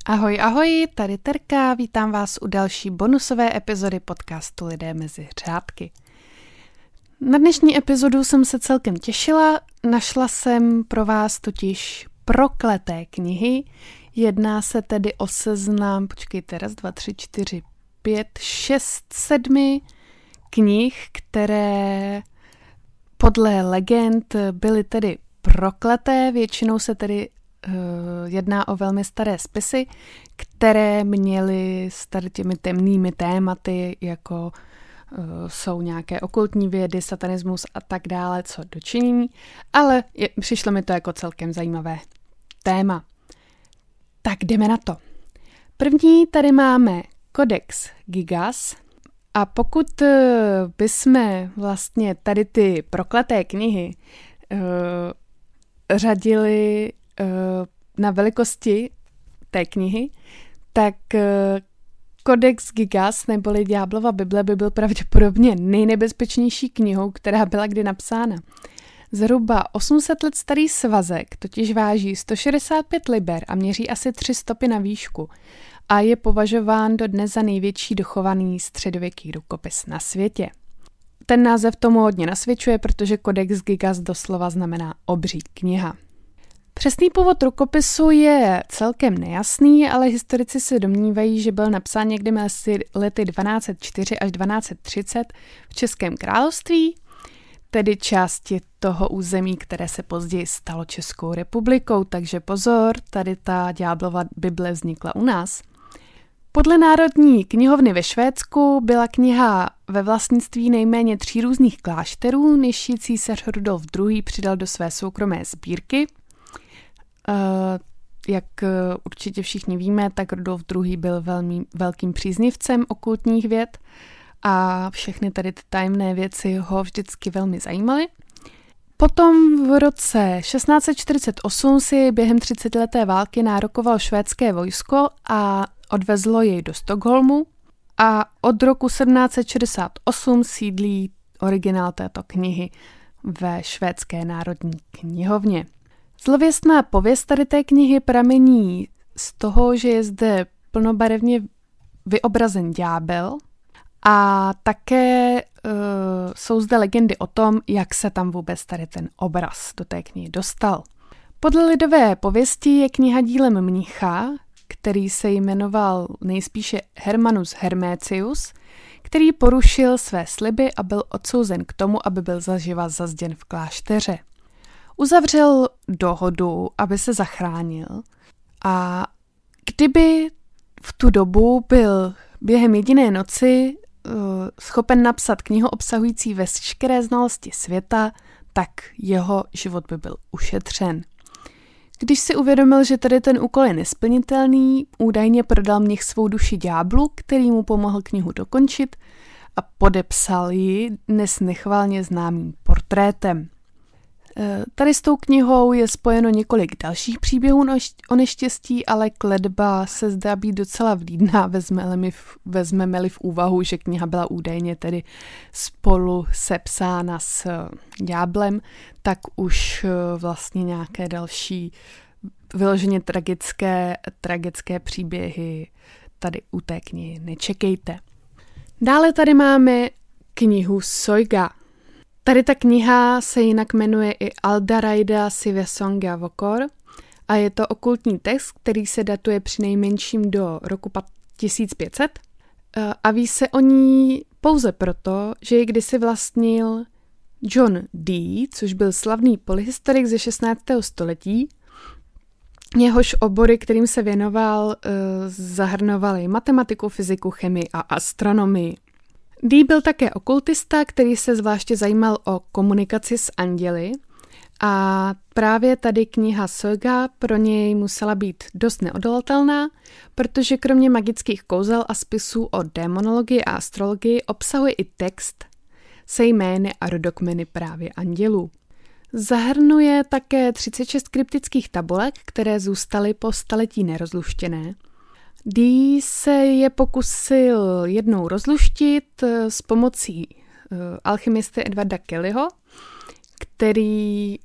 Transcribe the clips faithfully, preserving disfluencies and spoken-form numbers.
Ahoj, ahoj, tady Terka, vítám vás u další bonusové epizody podcastu Lidé mezi řádky. Na dnešní epizodu jsem se celkem těšila, našla jsem pro vás totiž prokleté knihy. Jedná se tedy o seznam, počkejte, raz, dva, tři, čtyři, pět, šest, sedmi knih, které podle legend byly tedy prokleté, většinou se tedy jedná o velmi staré spisy, které měly s tady těmi temnými tématy, jako uh, jsou nějaké okultní vědy, satanismus a tak dále, co dočinění, ale je, přišlo mi to jako celkem zajímavé téma. Tak jdeme na to. První tady máme Codex Gigas a pokud uh, bychom vlastně tady ty prokleté knihy uh, řadili na velikosti té knihy, tak Codex Gigas neboli Ďáblova Bible by byl pravděpodobně nejnebezpečnější knihou, která byla kdy napsána. Zhruba osm set let starý svazek totiž váží sto šedesát pět liber a měří asi tři stopy na výšku a je považován dodnes za největší dochovaný středověký rukopis na světě. Ten název tomu hodně nasvědčuje, protože Codex Gigas doslova znamená obří kniha. Přesný původ rukopisu je celkem nejasný, ale historici se domnívají, že byl napsán někdy mezi lety dvanáct set čtyři až dvanáct set třicet v Českém království, tedy části toho území, které se později stalo Českou republikou, takže pozor, tady ta Ďáblova Bible vznikla u nás. Podle Národní knihovny ve Švédsku byla kniha ve vlastnictví nejméně tří různých klášterů, než ji císař Rudolf druhý. přidal do své soukromé sbírky. Uh, jak uh, určitě všichni víme, tak Rudolf druhý. byl velmi velkým příznivcem okultních věd a všechny tady ty tajemné věci ho vždycky velmi zajímaly. Potom v roce šestnáct set čtyřicet osm si během třicetileté války nárokoval švédské vojsko a odvezlo jej do Stockholmu a od roku sedmnáct set šedesát osm sídlí originál této knihy ve Švédské národní knihovně. Zlověstná pověst tady té knihy pramení z toho, že je zde plnobarevně vyobrazen ďábel a také uh, jsou zde legendy o tom, jak se tam vůbec tady ten obraz do té knihy dostal. Podle lidové pověsti je kniha dílem mnicha, který se jmenoval nejspíše Hermanus Hermécius, který porušil své sliby a byl odsouzen k tomu, aby byl zaživa zazděn v klášteře. Uzavřel dohodu, aby se zachránil a kdyby v tu dobu byl během jediné noci uh, schopen napsat knihu obsahující veškeré znalosti světa, tak jeho život by byl ušetřen. Když si uvědomil, že tady ten úkol je nesplnitelný, údajně prodal mnich svou duši ďáblu, který mu pomohl knihu dokončit a podepsal ji dnes nechvalně známým portrétem. Tady s tou knihou je spojeno několik dalších příběhů o neštěstí, ale kletba se zdá být docela vlídná, vezmeme-li v, vezmeme-li v úvahu, že kniha byla údajně tedy spolu sepsána s ďáblem, tak už vlastně nějaké další vyloženě tragické, tragické příběhy tady u té knihy nečekejte. Dále tady máme knihu Soiga. Tady ta kniha se jinak jmenuje i Aldaraida Sivesonga Vokor a je to okultní text, který se datuje přinejmenším do roku tisíc pět set a ví se o ní pouze proto, že ji kdysi vlastnil John Dee, což byl slavný polyhistorik ze šestnáctého století. Jehož obory, kterým se věnoval, zahrnovaly matematiku, fyziku, chemii a astronomii. Dee byl také okultista, který se zvláště zajímal o komunikaci s anděli a právě tady kniha Soiga pro něj musela být dost neodolatelná, protože kromě magických kouzel a spisů o démonologii a astrologii obsahuje i text se jmény a rodokmeny právě andělů. Zahrnuje také třicet šest kryptických tabulek, které zůstaly po staletí nerozluštěné. Dee se je pokusil jednou rozluštit s pomocí alchymisty Edwarda Kellyho, který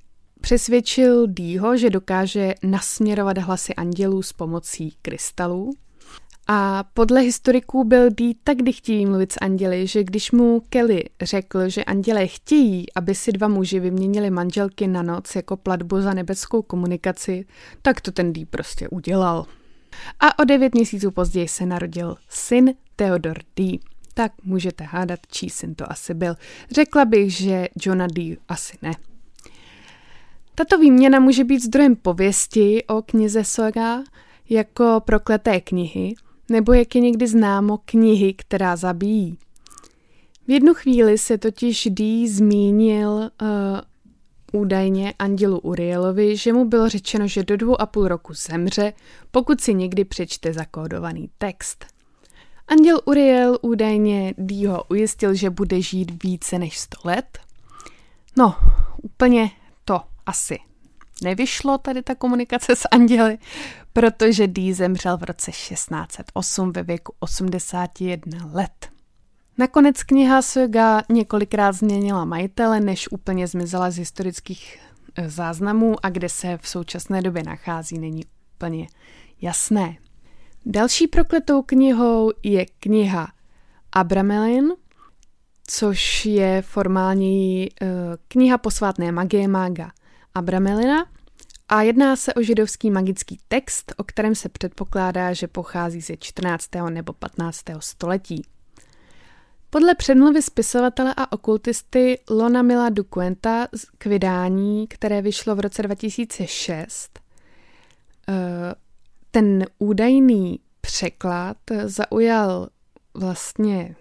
Přesvědčil Deeho, že dokáže nasměrovat hlasy andělů s pomocí krystalů. A podle historiků byl Dee tak dychtivý mluvit s anděli, že když mu Kelly řekl, že andělé chtějí, aby si dva muži vyměnili manželky na noc jako platbu za nebeskou komunikaci, tak to ten Dee prostě udělal. A o devět měsíců později se narodil syn Theodore Dee. Tak můžete hádat, čí syn to asi byl. Řekla bych, že Johna Dee asi ne. Tato výměna může být zdrojem pověsti o knize Saga jako prokleté knihy, nebo jak je někdy známo, knihy, která zabíjí. V jednu chvíli se totiž Dee zmínil uh, údajně andělu Urielovi, že mu bylo řečeno, že do dvou a půl roku zemře, pokud si někdy přečte zakódovaný text. Anděl Uriel údajně Deeho ujistil, že bude žít více než sto let. No, úplně to asi nevyšlo tady ta komunikace s anděli, protože Dee zemřel v roce šestnáct set osm ve věku osmdesáti jedné let. Nakonec kniha Saga několikrát změnila majitele, než úplně zmizela z historických záznamů a kde se v současné době nachází, není úplně jasné. Další prokletou knihou je kniha Abramelin, což je formální uh, kniha posvátné magie mága Abramelina a jedná se o židovský magický text, o kterém se předpokládá, že pochází ze čtrnáctého nebo patnáctého století. Podle předmluvy spisovatele a okultisty Lona Mila Duquenta k vydání, které vyšlo v roce dva tisíce šest, uh, ten údajný překlad zaujal vlastně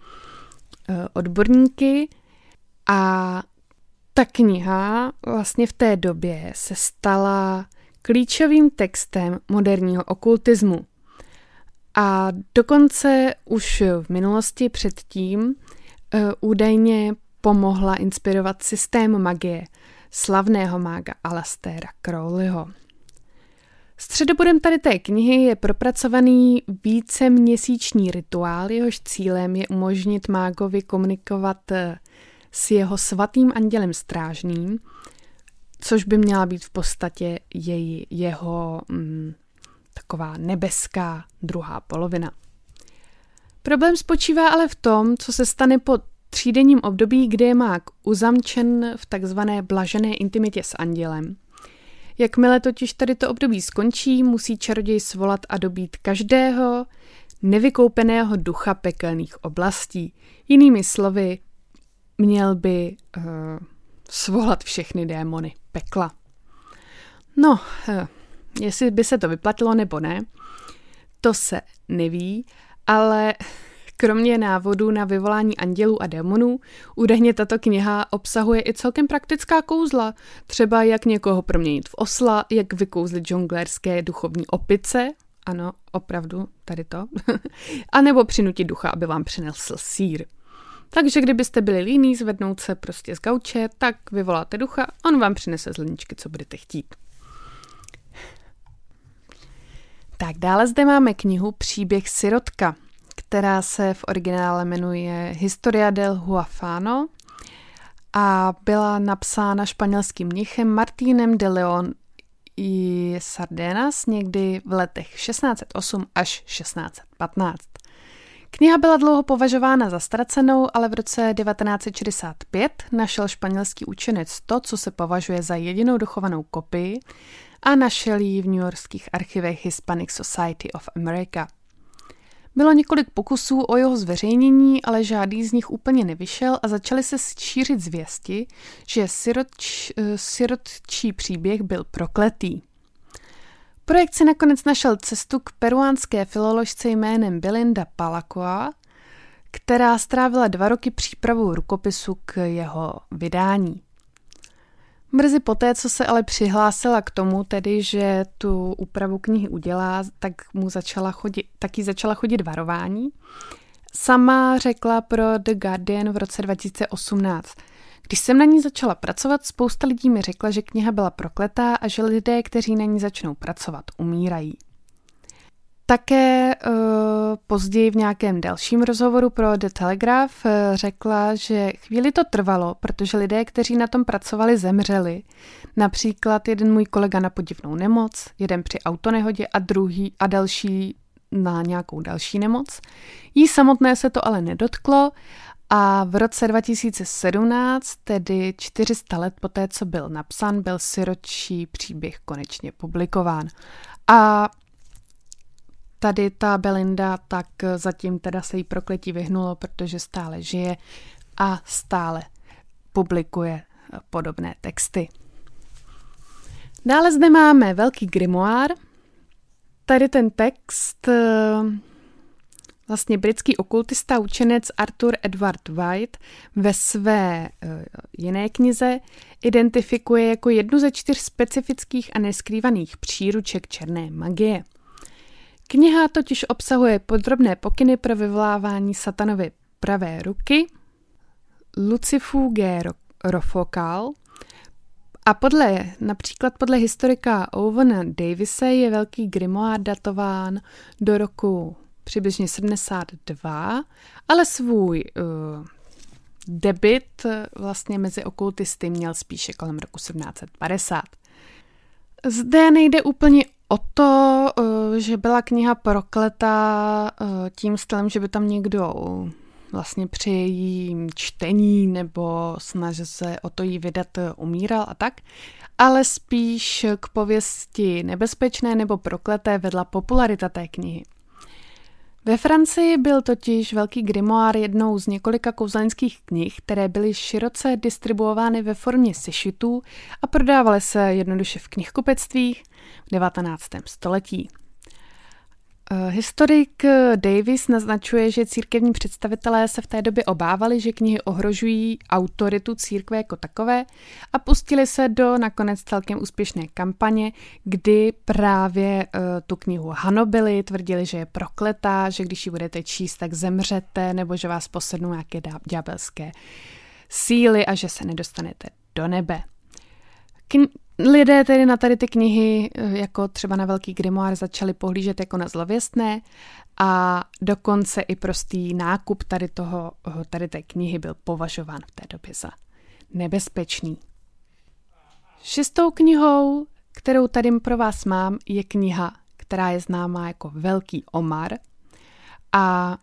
odborníky a ta kniha vlastně v té době se stala klíčovým textem moderního okultismu. A dokonce už v minulosti předtím údajně pomohla inspirovat systém magie slavného mága Aleisteira Crowleyho. Středobodem tady té knihy je propracovaný víceměsíční rituál, jehož cílem je umožnit mágovi komunikovat s jeho svatým andělem strážným, což by měla být v podstatě jej, jeho mm, taková nebeská druhá polovina. Problém spočívá ale v tom, co se stane po třídenním období, kdy je mák uzamčen v takzvané blažené intimitě s andělem. Jakmile totiž tady to období skončí, musí čaroděj svolat a dobít každého nevykoupeného ducha pekelných oblastí. Jinými slovy, měl by uh, svolat všechny démony pekla. No, uh, jestli by se to vyplatilo nebo ne, to se neví, ale kromě návodů na vyvolání andělů a démonů, údajně tato kniha obsahuje i celkem praktická kouzla, třeba jak někoho proměnit v osla, jak vykouzlit žonglérské duchovní opice, ano, opravdu, tady to, a nebo přinutit ducha, aby vám přinesl sýr. Takže kdybyste byli líní zvednout se prostě z gauče, tak vyvoláte ducha, on vám přinese zliničky, co budete chtít. Tak dále zde máme knihu Příběh sirotka, která se v originále jmenuje Historia del Huafano a byla napsána španělským mnichem Martínem de León y Sardenas někdy v letech šestnáct set osm až šestnáct set patnáct. Kniha byla dlouho považována za ztracenou, ale v roce devatenáct set šedesát pět našel španělský učenec to, co se považuje za jedinou dochovanou kopii a našel ji v newyorských archivech Hispanic Society of America. Bylo několik pokusů o jeho zveřejnění, ale žádný z nich úplně nevyšel a začaly se šířit zvěsti, že sirotč, sirotčí příběh byl prokletý. Projekt si nakonec našel cestu k peruánské filoložce jménem Belinda Palacoa, která strávila dva roky přípravou rukopisu k jeho vydání. Brzy poté, co se ale přihlásila k tomu, tedy, že tu úpravu knihy udělá, tak mu začala chodit, taky začala chodit varování. Sama řekla pro The Guardian v roce dva tisíce osmnáct. Když jsem na ní začala pracovat, spousta lidí mi řekla, že kniha byla prokletá a že lidé, kteří na ní začnou pracovat, umírají. Také uh, později v nějakém dalším rozhovoru pro The Telegraph uh, řekla, že chvíli to trvalo, protože lidé, kteří na tom pracovali, zemřeli. Například jeden můj kolega na podivnou nemoc, jeden při autonehodě a druhý a další na nějakou další nemoc. Jí samotné se to ale nedotklo a v roce dva tisíce sedmnáct, tedy čtyři sta let poté, co byl napsán, byl sirotčí příběh konečně publikován. A tady ta Belinda, tak zatím teda se jí prokletí vyhnulo, protože stále žije a stále publikuje podobné texty. Dále zde máme velký grimoire. Tady ten text vlastně britský okultista učenec Arthur Edward White ve své jiné knize identifikuje jako jednu ze čtyř specifických a neskrývaných příruček černé magie. Kniha totiž obsahuje podrobné pokyny pro vyvolávání satanovy pravé ruky, Lucifu G. Rofokal, a podle, například podle historika Ovena Davise je velký grimoire datován do roku přibližně sedmdesát dva, ale svůj uh, debut vlastně mezi okultisty měl spíše kolem roku sedmnáct set padesát. Zde nejde úplně o to, že byla kniha prokletá tím stylem, že by tam někdo vlastně při jejím čtení nebo snažil se o to jí vydat umíral a tak, ale spíš k pověsti nebezpečné nebo prokleté vedla popularita té knihy. Ve Francii byl totiž velký grimoire jednou z několika kouzelnických knih, které byly široce distribuovány ve formě sešitů a prodávaly se jednoduše v knihkupectvích v devatenáctém století. Historik Davis naznačuje, že církevní představitelé se v té době obávali, že knihy ohrožují autoritu církve jako takové a pustili se do nakonec celkem úspěšné kampaně, kdy právě uh, tu knihu hanobili, tvrdili, že je prokletá, že když ji budete číst, tak zemřete, nebo že vás posednou nějaké ďábelské síly a že se nedostanete do nebe. Kn- Lidé tedy na tady ty knihy, jako třeba na velký grimoire, začali pohlížet jako na zlověstné a dokonce i prostý nákup tady, toho, tady té knihy byl považován v té době za nebezpečný. Šestou knihou, kterou tady pro vás mám, je kniha, která je známá jako Velký Omar a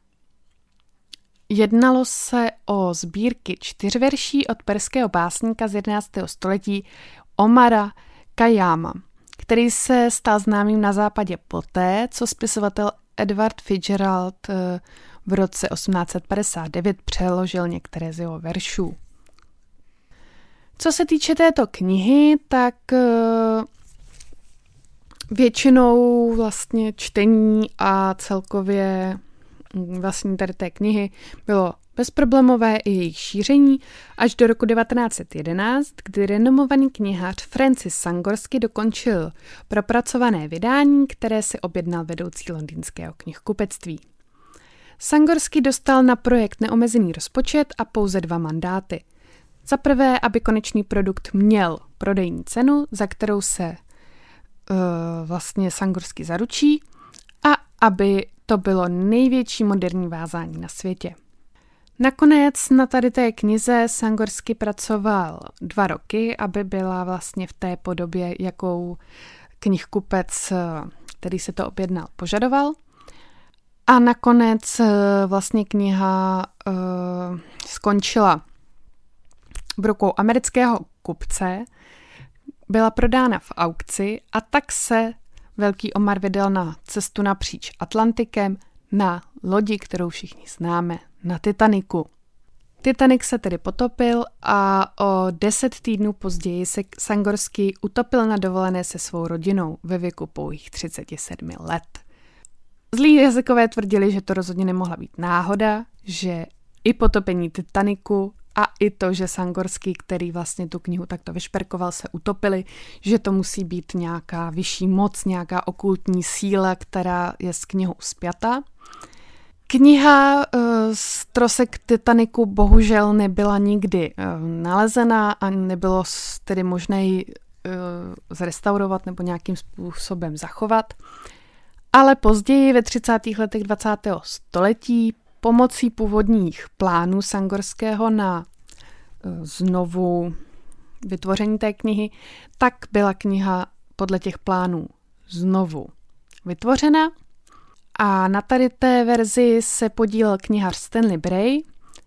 jednalo se o sbírky čtyřverší od perského básníka z jedenáctého století Omara Khayyáma, který se stal známým na západě poté, co spisovatel Edward Fitzgerald v roce osmnáct set padesát devět přeložil některé z jeho veršů. Co se týče této knihy, tak většinou vlastně čtení a celkově vlastně tady té knihy bylo bezproblémové i jejich šíření až do roku devatenáct set jedenáct, kdy renomovaný knihař Francis Sangorsky dokončil propracované vydání, které si objednal vedoucí londýnského knihkupectví. Sangorsky dostal na projekt neomezený rozpočet a pouze dva mandáty. Za prvé, aby konečný produkt měl prodejní cenu, za kterou se uh, vlastně Sangorsky zaručí, a aby to bylo největší moderní vázání na světě. Nakonec na tady té knize Sangorsky pracoval dva roky, aby byla vlastně v té podobě, jakou knihkupec, který se to objednal, požadoval. A nakonec vlastně kniha uh, skončila v rukou amerického kupce, byla prodána v aukci a tak se Velký Omar vydal na cestu napříč Atlantikem na lodi, kterou všichni známe, na Titaniku. Titanic se tedy potopil a o deset týdnů později se Sangorsky utopil na dovolené se svou rodinou ve věku pouhých třicet sedm let. Zlí jazykové tvrdili, že to rozhodně nemohla být náhoda, že i potopení Titaniku a i to, že Sangorsky, který vlastně tu knihu takto vyšperkoval, se utopili, že to musí být nějaká vyšší moc, nějaká okultní síla, která je s knihou spjata. Kniha uh, z trosek Titaniku bohužel nebyla nikdy uh, nalezena a nebylo tedy možné ji uh, zrestaurovat nebo nějakým způsobem zachovat. Ale později ve třicátých letech dvacátého století pomocí původních plánů Sangorského na znovu vytvoření té knihy, tak byla kniha podle těch plánů znovu vytvořena a na tady té verzi se podílel knihař Stanley Bray.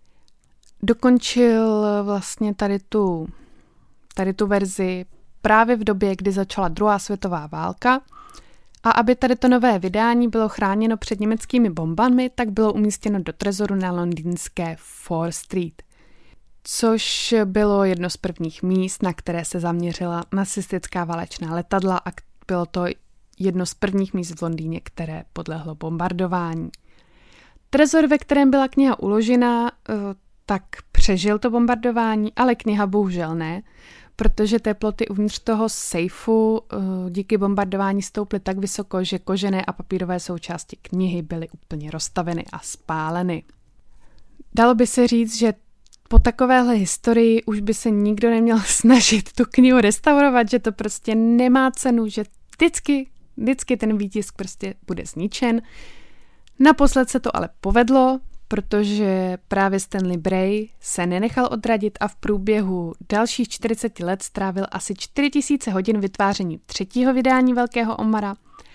Dokončil vlastně tady tu, tady tu verzi právě v době, kdy začala druhá světová válka a aby tady to nové vydání bylo chráněno před německými bombami, tak bylo umístěno do trezoru na londýnské Fore Street, což bylo jedno z prvních míst, na které se zaměřila nacistická válečná letadla a bylo to jedno z prvních míst v Londýně, které podlehlo bombardování. Trezor, ve kterém byla kniha uložena, tak přežil to bombardování, ale kniha bohužel ne, protože teploty uvnitř toho sejfu díky bombardování stouply tak vysoko, že kožené a papírové součásti knihy byly úplně roztaveny a spáleny. Dalo by se říct, že po takovéhle historii už by se nikdo neměl snažit tu knihu restaurovat, že to prostě nemá cenu, že vždycky, vždycky ten výtisk prostě bude zničen. Naposled se to ale povedlo, protože právě Stanley Bray se nenechal odradit a v průběhu dalších čtyřiceti let strávil asi čtyři tisíce hodin vytváření třetího vydání Velkého Omara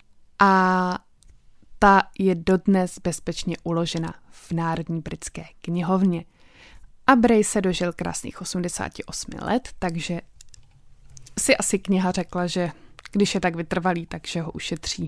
a ta je dodnes bezpečně uložena v Národní britské knihovně. A Bray se dožil krásných osmdesáti osmi let, takže si asi kniha řekla, že když je tak vytrvalý, takže ho ušetří.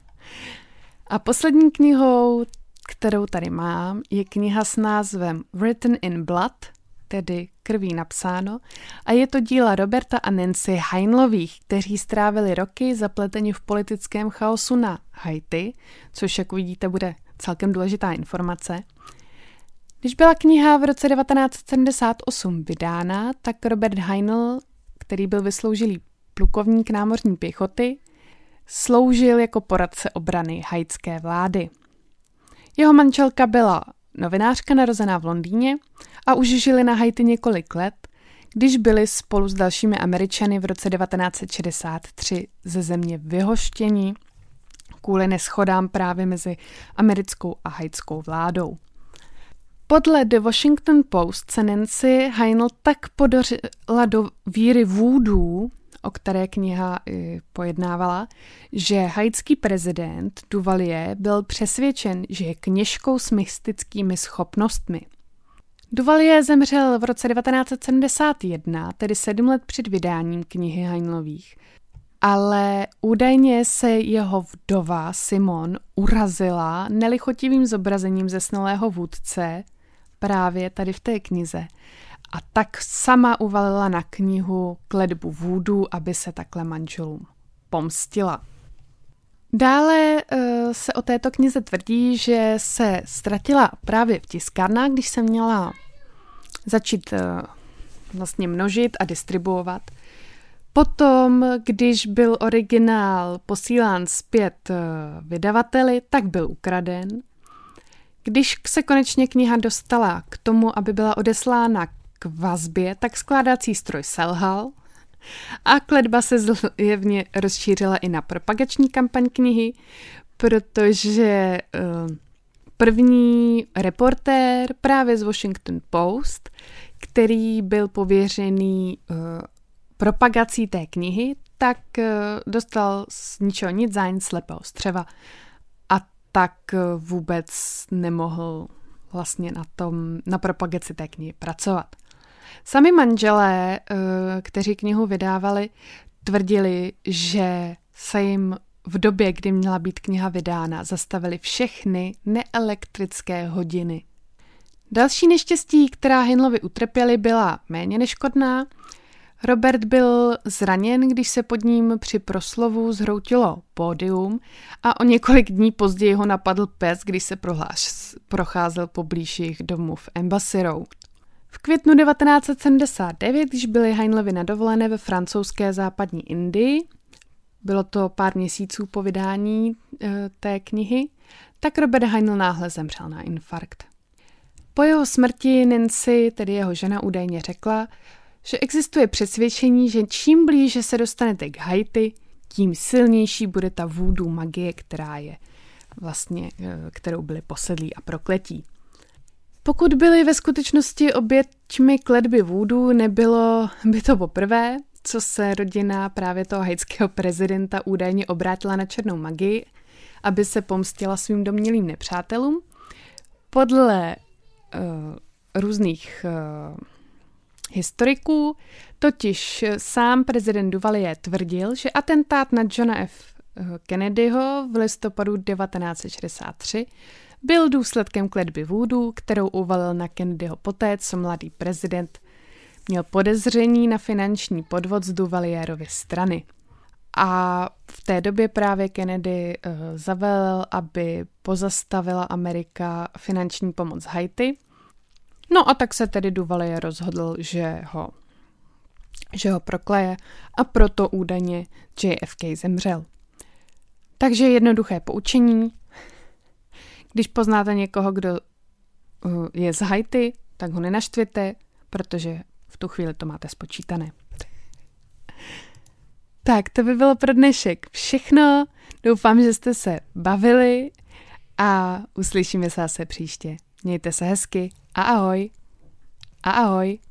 A poslední knihou, kterou tady mám, je kniha s názvem Written in Blood, tedy krví napsáno, a je to díla Roberta a Nancy Heinlových, kteří strávili roky zapleteni v politickém chaosu na Haiti, což, jak uvidíte, bude celkem důležitá informace. Když byla kniha v roce devatenáct set sedmdesát osm vydána, tak Robert Heinl, který byl vysloužilý plukovník námořní pěchoty, sloužil jako poradce obrany haitské vlády. Jeho manželka byla novinářka narozená v Londýně a už žili na Haiti několik let, když byli spolu s dalšími Američany v roce devatenáct set šedesát tři ze země vyhoštěni kvůli neshodám právě mezi americkou a haitskou vládou. Podle The Washington Post se Nancy Heinl tak podařila do víry vůdů, o které kniha pojednávala, že haitský prezident Duvalier byl přesvědčen, že je kněžkou s mystickými schopnostmi. Duvalier zemřel v roce devatenáct set sedmdesát jedna, tedy sedm let před vydáním knihy Heinlových, ale údajně se jeho vdova Simon urazila nelichotivým zobrazením zesnulého vůdce právě tady v té knize. A tak sama uvalila na knihu kletbu vůdů, aby se takhle manželům pomstila. Dále uh, se o této knize tvrdí, že se ztratila právě v tiskárnách, když se měla začít uh, vlastně množit a distribuovat. Potom, když byl originál posílán zpět uh, vydavateli, tak byl ukraden. Když se konečně kniha dostala k tomu, aby byla odeslána k vazbě, tak skládací stroj selhal a kletba se zjevně rozšířila i na propagační kampaň knihy, protože uh, první reportér právě z Washington Post, který byl pověřený uh, propagací té knihy, tak uh, dostal z ničeho nic zájm slepého střeva a tak uh, vůbec nemohl vlastně na tom, na propagaci té knihy pracovat. Sami manželé, kteří knihu vydávali, tvrdili, že se jim v době, kdy měla být kniha vydána, zastavily všechny neelektrické hodiny. Další neštěstí, která Heinlovi utrpěli, byla méně neškodná. Robert byl zraněn, když se pod ním při proslovu zhroutilo pódium a o několik dní později ho napadl pes, když se prohláš, procházel poblíž jejich domů v Embassy Road. V květnu devatenáct set sedmdesát devět, když byli Heinlovi na dovolené ve francouzské západní Indii, bylo to pár měsíců po vydání e, té knihy, tak Robert Heinl náhle zemřel na infarkt. Po jeho smrti Nancy, tedy jeho žena, údajně řekla, že existuje přesvědčení, že čím blíže se dostanete k Haiti, tím silnější bude ta voodoo magie, která je vlastně, kterou byli posedlí a prokletí. Pokud byly ve skutečnosti oběťmi kletby vůdu, nebylo by to poprvé, co se rodina právě toho haitského prezidenta údajně obrátila na černou magii, aby se pomstila svým domnělým nepřátelům. Podle uh, různých uh, historiků totiž sám prezident Duvalier tvrdil, že atentát na Johna F. Kennedyho v listopadu devatenáct set šedesát tři byl důsledkem kletby vůdu, kterou uvalil na Kennedyho poté, co mladý prezident měl podezření na finanční podvod z Duvalierovy strany. A v té době právě Kennedy uh, zavelel, aby pozastavila Amerika finanční pomoc Haiti. No a tak se tedy Duvalier rozhodl, že ho, že ho prokleje a proto údajně J F K zemřel. Takže jednoduché poučení. Když poznáte někoho, kdo uh, je z Haiti, tak ho nenaštvěte, protože v tu chvíli to máte spočítané. Tak, to by bylo pro dnešek všechno. Doufám, že jste se bavili a uslyšíme se zase příště. Mějte se hezky a ahoj. A ahoj.